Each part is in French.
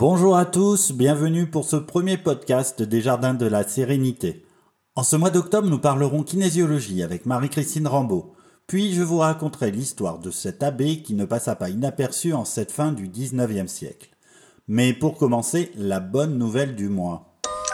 Bonjour à tous, bienvenue pour ce premier podcast des Jardins de la Sérénité. En ce mois d'octobre, nous parlerons kinésiologie avec Marie-Christine Rambaud. Puis je vous raconterai l'histoire de cet abbé qui ne passa pas inaperçu en cette fin du 19e siècle. Mais pour commencer, la bonne nouvelle du mois.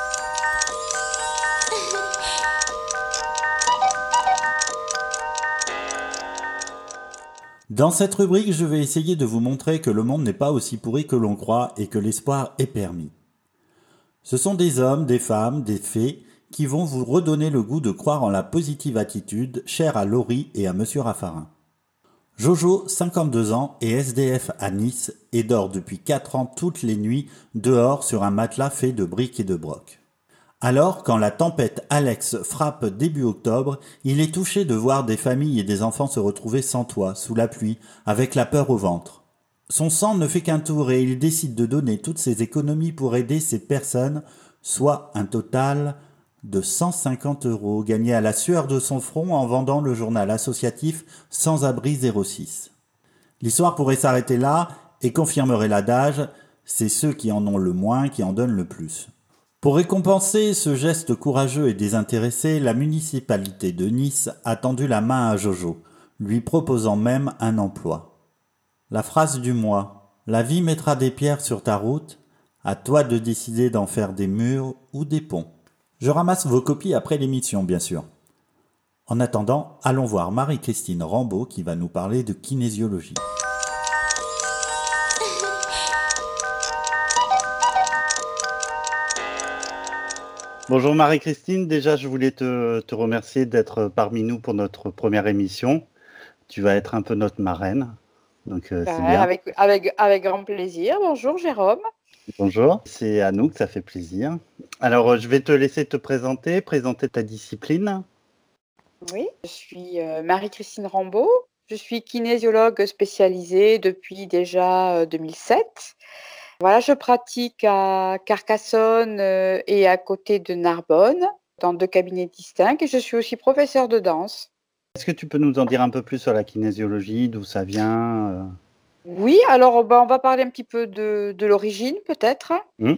Dans cette rubrique, je vais essayer de vous montrer que le monde n'est pas aussi pourri que l'on croit et que l'espoir est permis. Ce sont des hommes, des femmes, des fées qui vont vous redonner le goût de croire en la positive attitude chère à Laurie et à Monsieur Raffarin. Jojo, 52 ans, est SDF à Nice et dort depuis 4 ans toutes les nuits dehors sur un matelas fait de briques et de broc. Alors, quand la tempête Alex frappe début octobre, il est touché de voir des familles et des enfants se retrouver sans toit, sous la pluie, avec la peur au ventre. Son sang ne fait qu'un tour et il décide de donner toutes ses économies pour aider ces personnes, soit un total de 150 € gagnés à la sueur de son front en vendant le journal associatif Sans Abri 06. L'histoire pourrait s'arrêter là et confirmerait l'adage « c'est ceux qui en ont le moins qui en donnent le plus ». Pour récompenser ce geste courageux et désintéressé, la municipalité de Nice a tendu la main à Jojo, lui proposant même un emploi. La phrase du mois, la vie mettra des pierres sur ta route, à toi de décider d'en faire des murs ou des ponts. Je ramasse vos copies après l'émission, bien sûr. En attendant, allons voir Marie-Christine Rambaud qui va nous parler de kinésiologie. Bonjour Marie-Christine, déjà je voulais te remercier d'être parmi nous pour notre première émission. Tu vas être un peu notre marraine, donc c'est bien. Avec grand plaisir. Bonjour Jérôme. Bonjour, c'est Anouk, ça fait plaisir. Alors je vais te laisser te présenter ta discipline. Oui, je suis Marie-Christine Rambaud. Je suis kinésiologue spécialisée depuis déjà 2007. Voilà, je pratique à Carcassonne et à côté de Narbonne, dans 2 cabinets distincts. Et je suis aussi professeure de danse. Est-ce que tu peux nous en dire un peu plus sur la kinésiologie, d'où ça vient Oui, alors on va parler un petit peu de l'origine peut-être.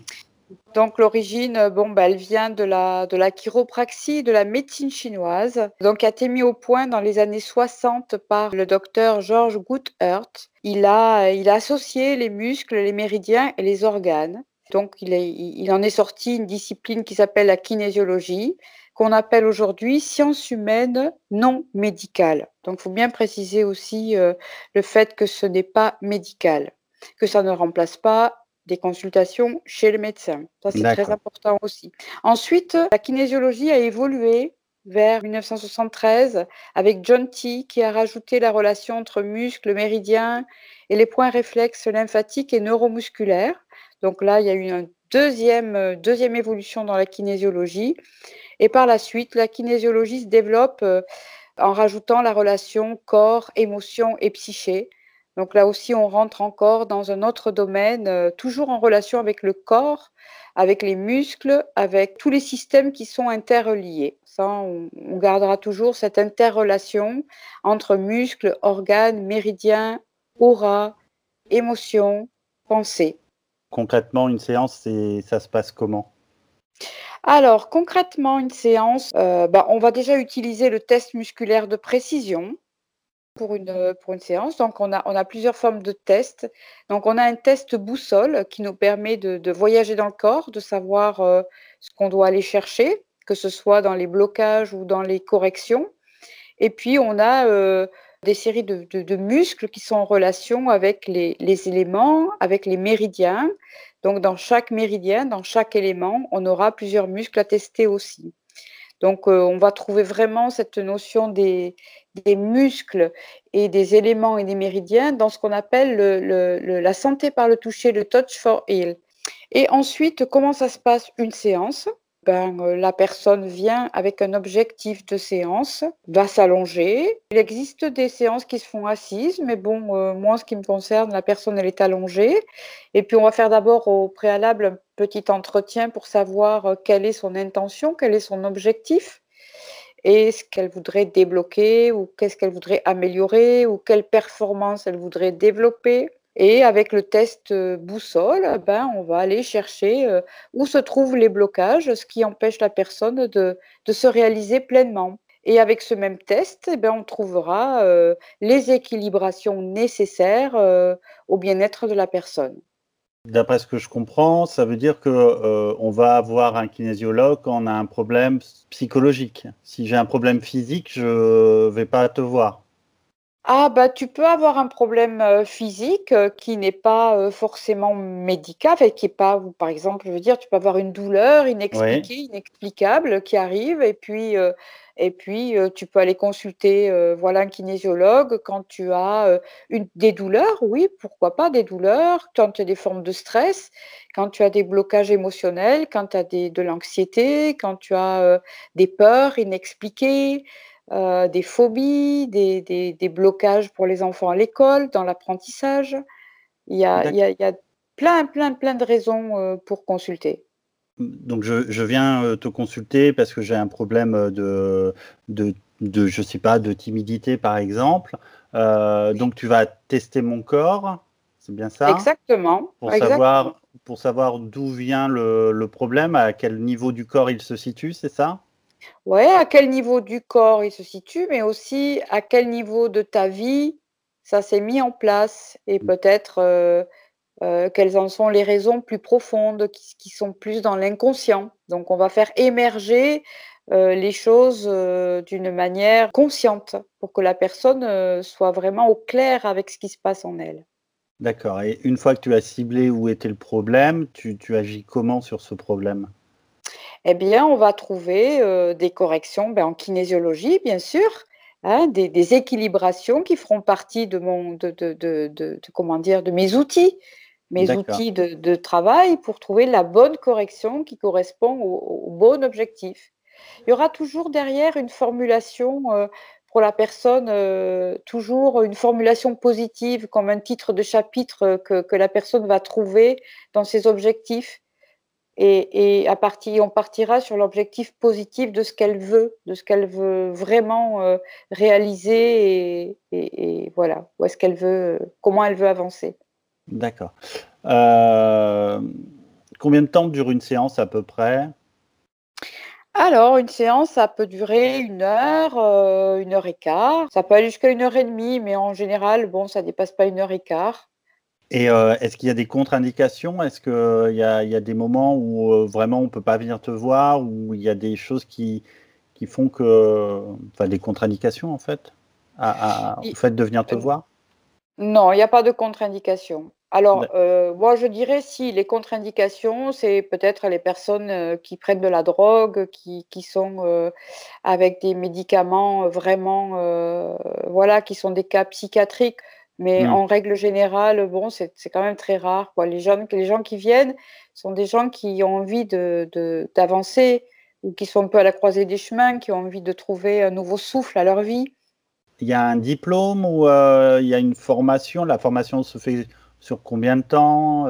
Donc l'origine, elle vient de la chiropraxie, de la médecine chinoise, donc qui a été mis au point dans les années 60 par le docteur George Guthert. Il a associé les muscles, les méridiens et les organes. Donc il en est sorti une discipline qui s'appelle la kinésiologie, qu'on appelle aujourd'hui science humaine non médicale. Donc il faut bien préciser aussi le fait que ce n'est pas médical, que ça ne remplace pas des consultations chez le médecin. Ça, c'est très important aussi. Ensuite, la kinésiologie a évolué vers 1973 avec John T qui a rajouté la relation entre muscles, méridiens et les points réflexes lymphatiques et neuromusculaires. Donc là, il y a eu une deuxième évolution dans la kinésiologie. Et par la suite, la kinésiologie se développe en rajoutant la relation corps, émotion et psyché. Donc là aussi, on rentre encore dans un autre domaine, toujours en relation avec le corps, avec les muscles, avec tous les systèmes qui sont interreliés. Ça, on gardera toujours cette interrelation entre muscles, organes, méridiens, aura, émotions, pensée. Concrètement, une séance, ça se passe comment ? Alors, concrètement, une séance, on va déjà utiliser le test musculaire de précision pour une séance. Donc, on a plusieurs formes de tests. Donc, on a un test boussole qui nous permet de voyager dans le corps, de savoir ce qu'on doit aller chercher, que ce soit dans les blocages ou dans les corrections. Et puis, on a des séries de muscles qui sont en relation avec les éléments, avec les méridiens. Donc, dans chaque méridien, dans chaque élément, on aura plusieurs muscles à tester aussi. Donc, on va trouver vraiment cette notion des muscles et des éléments et des méridiens dans ce qu'on appelle la santé par le toucher, le touch for heal. Et ensuite, comment ça se passe une séance ? La personne vient avec un objectif de séance, va s'allonger. Il existe des séances qui se font assises, mais moi, en ce qui me concerne, la personne, elle est allongée. Et puis, on va faire d'abord au préalable un petit entretien pour savoir quelle est son intention, quel est son objectif, et ce qu'elle voudrait débloquer, ou qu'est-ce qu'elle voudrait améliorer, ou quelle performance elle voudrait développer. Et avec le test, boussole, ben, on va aller chercher, où se trouvent les blocages, ce qui empêche la personne de se réaliser pleinement. Et avec ce même test, eh ben, on trouvera, les équilibrations nécessaires, au bien-être de la personne. D'après ce que je comprends, ça veut dire que, on va avoir un kinésiologue quand on a un problème psychologique. Si j'ai un problème physique, je vais pas te voir? Ah bah, tu peux avoir un problème, physique, qui n'est pas, forcément médical, enfin qui est pas ou par exemple, je veux dire, tu peux avoir une douleur Oui, inexpliquée, inexplicable qui arrive et puis, tu peux aller consulter, voilà, un kinésiologue quand tu as, des douleurs, oui, pourquoi pas des douleurs, quand tu as des formes de stress, quand tu as des blocages émotionnels, quand tu as de l'anxiété, quand tu as, des peurs inexpliquées, des phobies, des blocages pour les enfants à l'école, dans l'apprentissage. Il y a plein, plein, plein de raisons, pour consulter. donc je viens, te consulter parce que j'ai un problème, de je sais pas, de timidité par exemple. Donc tu vas tester mon corps, c'est bien ça? Exactement, Pour exactement. savoir d'où vient le problème, à quel niveau du corps il se situe, c'est ça? Ouais, à quel niveau du corps il se situe, mais aussi à quel niveau de ta vie ça s'est mis en place et peut-être, quelles en sont les raisons plus profondes qui sont plus dans l'inconscient. Donc on va faire émerger, les choses, d'une manière consciente pour que la personne, soit vraiment au clair avec ce qui se passe en elle. D'accord, et une fois que tu as ciblé où était le problème, tu agis comment sur ce problème? Eh bien, on va trouver, des corrections, ben, en kinésiologie bien sûr, hein, des équilibrations qui feront partie de mon de comment dire? De mes D'accord, outils de travail pour trouver la bonne correction qui correspond au bon objectif. Il y aura toujours derrière une formulation, pour la personne, toujours une formulation positive comme un titre de chapitre, que la personne va trouver dans ses objectifs et on partira sur l'objectif positif de ce qu'elle veut vraiment, réaliser et voilà, où est-ce qu'elle veut, comment elle veut avancer. d'accord. Hem, Combien de temps dure une séance à peu près? Alors une séance, ça peut durer 1 heure et quart. Ça peut aller jusqu'à 1 heure et demie, mais en général, bon, ça dépasse pas 1 heure et quart. Et est-ce qu'il y a des contre-indications? Est-ce qu'il y a des moments où, vraiment on peut pas venir te voir? Ou il y a des choses qui font que enfin des contre-indications en fait, au I fait de venir te heu, voir? non, il y a pas de contre-indication. Alors, moi, je dirais si les contre-indications, c'est peut-être les personnes, qui prennent de la drogue, qui sont, avec des médicaments, vraiment, voilà, qui sont des cas psychiatriques. Mais Mmh. en règle générale, bon, c'est quand même très rare, quoi. Les gens qui viennent sont des gens qui ont envie d'avancer ou qui sont un peu à la croisée des chemins, qui ont envie de trouver un nouveau souffle à leur vie. Il y a un diplôme ou il y a une formation? La formation se fait sur combien de temps,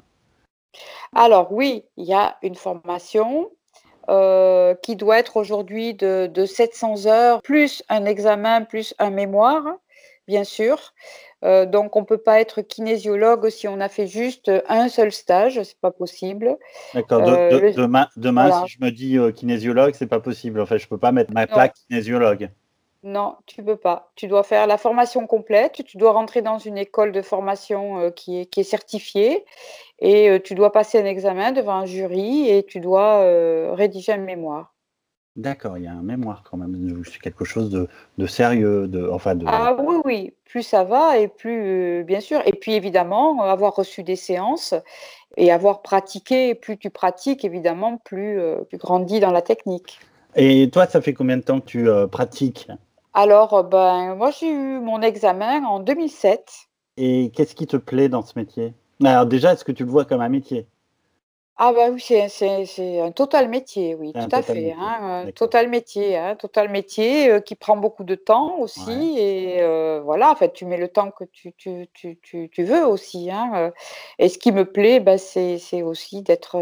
Alors oui, il y a une formation, qui doit être aujourd'hui de 700 heures, plus un examen, plus un mémoire, bien sûr. Donc on ne peut pas être kinésiologue si on a fait juste, un seul stage, c'est pas possible. D'accord, Le demain si voilà, je me dis, kinésiologue, c'est pas possible. En fait, je peux pas mettre ma non, plaque kinésiologue. non, tu peux pas. Tu dois faire la formation complète, tu dois rentrer dans une école de formation, qui est certifiée et tu dois passer un examen devant un jury et tu dois, rédiger un mémoire. D'accord, il y a un mémoire quand même, c'est quelque chose de sérieux, enfin de Ah oui, oui, plus ça va et plus, bien sûr et puis évidemment, avoir reçu des séances et avoir pratiqué, plus tu pratiques évidemment, plus, tu grandis dans la technique. et toi, ça fait combien de temps que tu, pratiques? Alors, ben, moi j'ai eu mon examen en 2007. Et qu'est-ce qui te plaît dans ce métier? Alors déjà, est-ce que tu le vois comme un métier? Ah bah oui, c'est un total métier, oui, C'est tout un à total fait, métier. hein, D'accord, total métier, qui prend beaucoup de temps ouais. aussi et voilà, en fait, tu mets le temps que tu veux aussi, hein, et ce qui me plaît, bah, c'est aussi d'être,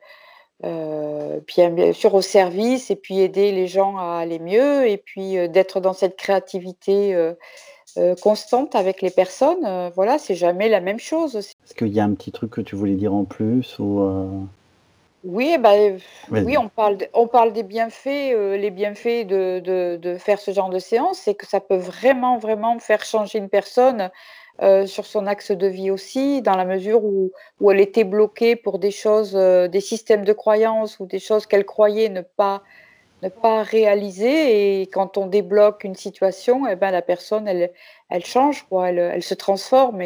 bien sûr au service et puis aider les gens à aller mieux et puis, d'être dans cette créativité, constante avec les personnes. Voilà, c'est jamais la même chose. Est-ce qu'il y a un petit truc que tu voulais dire en plus ou Oui, oui, on parle des bienfaits, les bienfaits de faire ce genre de séance, c'est que ça peut vraiment, vraiment faire changer une personne, sur son axe de vie aussi, dans la mesure où elle était bloquée pour des choses, des systèmes de croyances ou des choses qu'elle croyait ne pas réaliser, et quand on débloque une situation, et ben, la personne elle change quoi, elle se transforme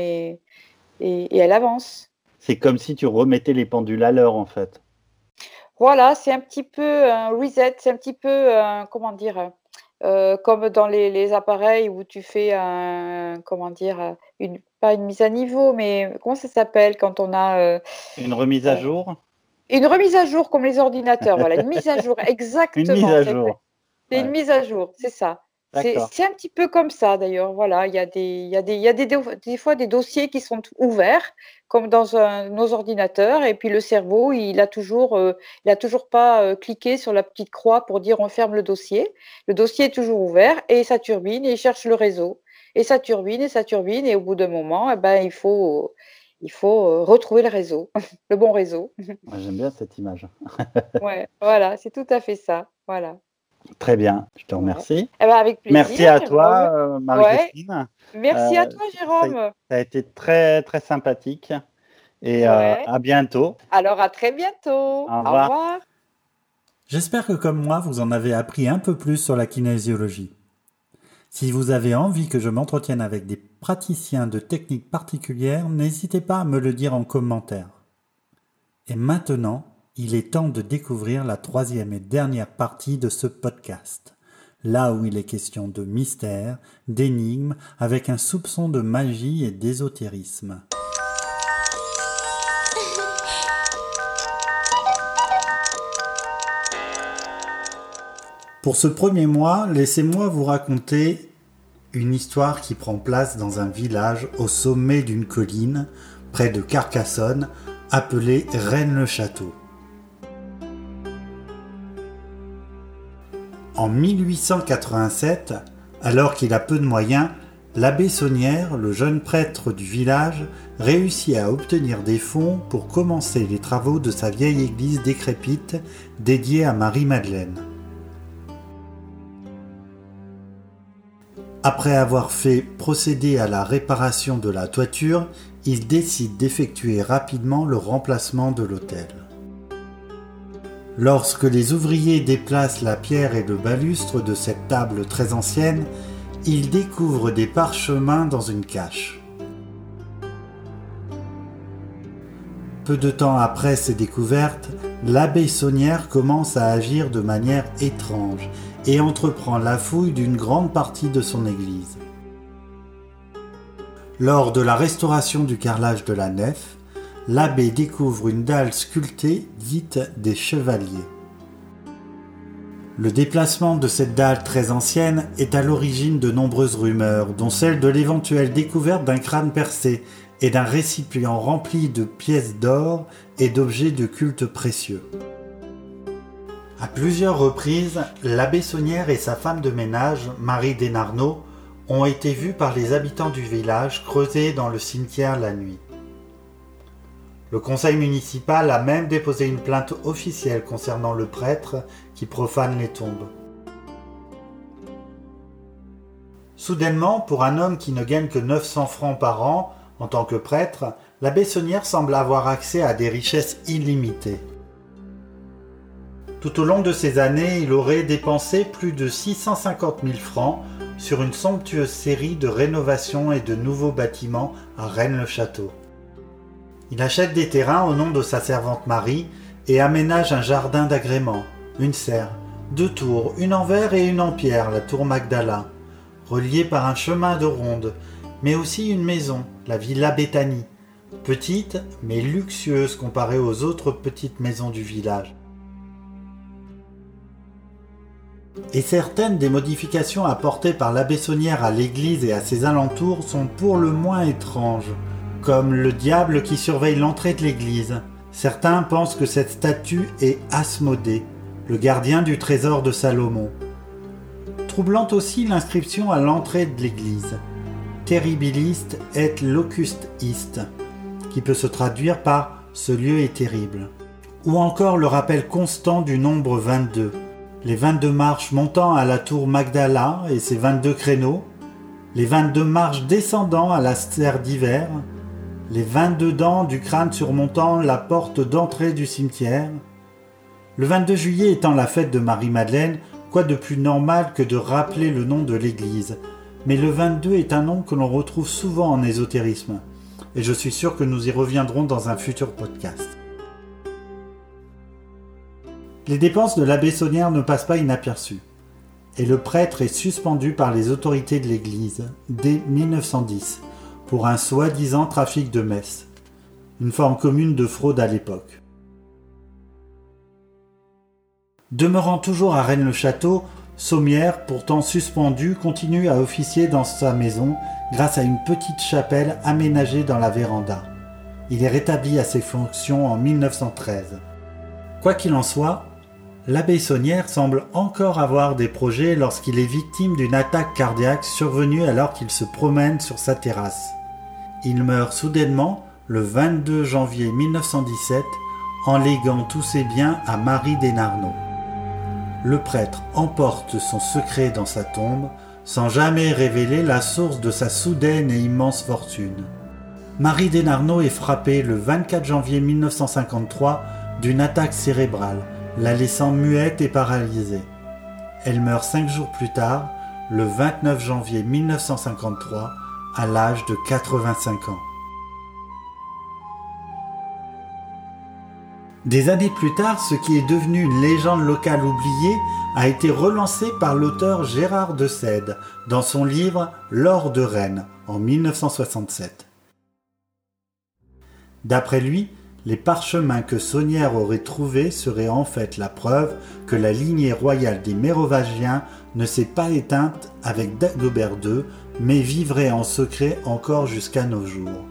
et elle avance. c'est comme si tu remettais les pendules à l'heure, en fait? Voilà, c'est un petit peu un reset, c'est un petit peu un comment dire? Comme dans les appareils où tu fais un comment dire? Une pas une mise à niveau, mais comment ça s'appelle quand on a, Une remise à heu, jour? une remise à jour comme les ordinateurs, voilà, une mise à jour, Une mise exactement, à c'est vrai. jour. C'est une Ouais, mise à jour, c'est ça. d'accord. C'est un petit peu comme ça d'ailleurs, voilà, il y a des fois des dossiers qui sont ouverts comme dans nos ordinateurs, et puis le cerveau, il a toujours pas, cliqué sur la petite croix pour dire: «On ferme le dossier». Le dossier est toujours ouvert et ça turbine et il cherche le réseau et ça turbine et ça turbine, et au bout d'un moment, et ben, il faut, retrouver le réseau, le bon réseau. Ouais, j'aime bien cette image. Ouais, voilà, c'est tout à fait ça, voilà. Très bien, je te Ouais. remercie. Eh ben, avec Merci plaisir, à Jérôme. toi, Ouais, Marie-Christine. merci à toi, Ça Jérôme. a été très, très sympathique et Ouais. à bientôt. Alors à très bientôt. Au Au revoir. revoir. J'espère que comme moi, vous en avez appris un peu plus sur la kinésiologie. Si vous avez envie que je m'entretienne avec des praticiens de techniques particulières, n'hésitez pas à me le dire en commentaire. Et maintenant, il est temps de découvrir la troisième et dernière partie de ce podcast, là où il est question de mystère, d'énigmes, avec un soupçon de magie et d'ésotérisme. Pour ce premier mois, laissez-moi vous raconter une histoire qui prend place dans un village au sommet d'une colline, près de Carcassonne, appelée Rennes-le-Château. En 1887, alors qu'il a peu de moyens, l'abbé Saunière, le jeune prêtre du village, réussit à obtenir des fonds pour commencer les travaux de sa vieille église décrépite dédiée à Marie-Madeleine. Après avoir fait procéder à la réparation de la toiture, il décide d'effectuer rapidement le remplacement de l'autel. Lorsque les ouvriers déplacent la pierre et le balustre de cette table très ancienne, ils découvrent des parchemins dans une cache. Peu de temps après ces découvertes, l'abbé Saunière commence à agir de manière étrange et entreprend la fouille d'une grande partie de son église. Lors de la restauration du carrelage de la nef, l'abbé découvre une dalle sculptée dite des chevaliers. Le déplacement de cette dalle très ancienne est à l'origine de nombreuses rumeurs, dont celle de l'éventuelle découverte d'un crâne percé et d'un récipient rempli de pièces d'or et d'objets de culte précieux. À plusieurs reprises, l'abbé Saunière et sa femme de ménage, Marie Desnarnaud, ont été vus par les habitants du village creuser dans le cimetière la nuit. Le conseil municipal a même déposé une plainte officielle concernant le prêtre qui profane les tombes. Soudainement, pour un homme qui ne gagne que 900 francs par an en tant que prêtre, l'abbé Saunière semble avoir accès à des richesses illimitées. Tout au long de ces années, il aurait dépensé plus de 650 000 francs sur une somptueuse série de rénovations et de nouveaux bâtiments à Rennes-le-Château. Il achète des terrains au nom de sa servante Marie et aménage un jardin d'agrément, une serre, 2 tours, une en verre et une en pierre, la tour Magdala, reliée par un chemin de ronde, mais aussi une maison, la Villa Béthanie, petite mais luxueuse comparée aux autres petites maisons du village. Et certaines des modifications apportées par l'abbé Saunière à l'église et à ses alentours sont pour le moins étranges, comme le diable qui surveille l'entrée de l'église. Certains pensent que cette statue est Asmodée, le gardien du trésor de Salomon. Troublante aussi l'inscription à l'entrée de l'église. terribilis et locus est, qui peut se traduire par « ce lieu est terrible ». Ou encore le rappel constant du nombre 22, les 22 marches montant à la tour Magdala et ses 22 créneaux, les 22 marches descendant à la serre d'hiver, les 22 dents du crâne surmontant la porte d'entrée du cimetière. Le 22 juillet étant la fête de Marie-Madeleine, quoi de plus normal que de rappeler le nom de l'église. Mais le 22 est un nom que l'on retrouve souvent en ésotérisme, et je suis sûr que nous y reviendrons dans un futur podcast. Les dépenses de l'abbé Saunière ne passent pas inaperçues, et le prêtre est suspendu par les autorités de l'église dès 1910 pour un soi-disant trafic de messes, une forme commune de fraude à l'époque. Demeurant toujours à Rennes-le-Château, Saumière, pourtant suspendu, continue à officier dans sa maison grâce à une petite chapelle aménagée dans la véranda. Il est rétabli à ses fonctions en 1913. Quoi qu'il en soit, l'abbé Saunière semble encore avoir des projets lorsqu'il est victime d'une attaque cardiaque survenue alors qu'il se promène sur sa terrasse. Il meurt soudainement le 22 janvier 1917 en léguant tous ses biens à Marie Desnarnaud. Le prêtre emporte son secret dans sa tombe sans jamais révéler la source de sa soudaine et immense fortune. Marie Desnarnaud est frappée le 24 janvier 1953 d'une attaque cérébrale, la laissant muette et paralysée. Elle meurt 5 jours plus tard, le 29 janvier 1953, à l'âge de 85 ans. Des années plus tard, ce qui est devenu une légende locale oubliée a été relancé par l'auteur Gérard de Sède dans son livre « L'or de Rennes » en 1967. D'après lui, les parchemins que Saunière aurait trouvés seraient en fait la preuve que la lignée royale des Mérovingiens ne s'est pas éteinte avec Dagobert II, mais vivrait en secret encore jusqu'à nos jours.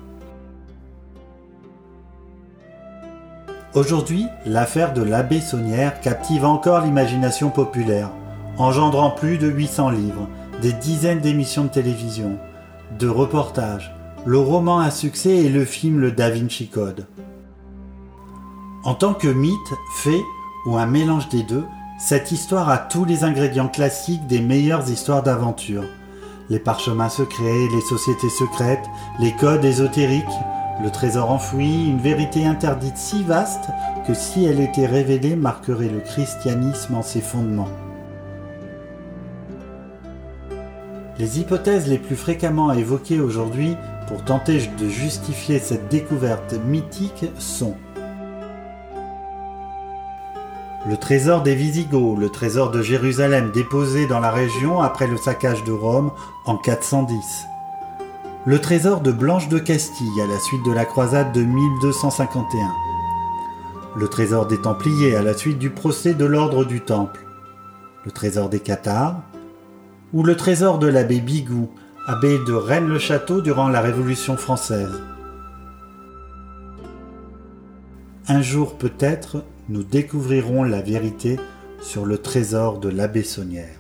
Aujourd'hui, l'affaire de l'abbé Saunière captive encore l'imagination populaire, engendrant plus de 800 livres, des dizaines d'émissions de télévision, de reportages, le roman à succès et le film Le Da Vinci Code. En tant que mythe, fait ou un mélange des deux, cette histoire a tous les ingrédients classiques des meilleures histoires d'aventure. Les parchemins secrets, les sociétés secrètes, les codes ésotériques, le trésor enfoui, une vérité interdite si vaste que si elle était révélée marquerait le christianisme en ses fondements. Les hypothèses les plus fréquemment évoquées aujourd'hui pour tenter de justifier cette découverte mythique sont le trésor des Visigoths, le trésor de Jérusalem déposé dans la région après le saccage de Rome en 410. Le trésor de Blanche de Castille à la suite de la croisade de 1251. Le trésor des Templiers à la suite du procès de l'ordre du Temple. Le trésor des Cathares. Ou le trésor de l'abbé Bigou, abbé de Rennes-le-Château durant la Révolution française. Un jour peut-être, nous découvrirons la vérité sur le trésor de l'abbé Saunière.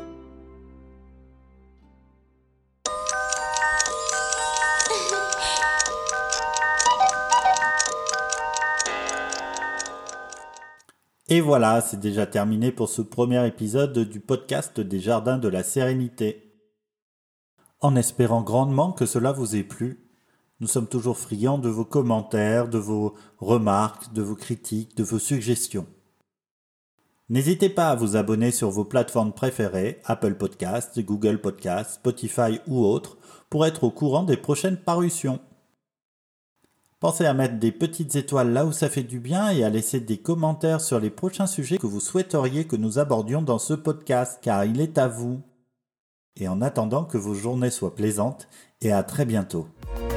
Et voilà, c'est déjà terminé pour ce premier épisode du podcast des Jardins de la Sérénité. En espérant grandement que cela vous ait plu, nous sommes toujours friands de vos commentaires, de vos remarques, de vos critiques, de vos suggestions. N'hésitez pas à vous abonner sur vos plateformes préférées, Apple Podcasts, Google Podcasts, Spotify ou autres, pour être au courant des prochaines parutions. Pensez à mettre des petites étoiles là où ça fait du bien et à laisser des commentaires sur les prochains sujets que vous souhaiteriez que nous abordions dans ce podcast, car il est à vous. Et en attendant que vos journées soient plaisantes, et à très bientôt.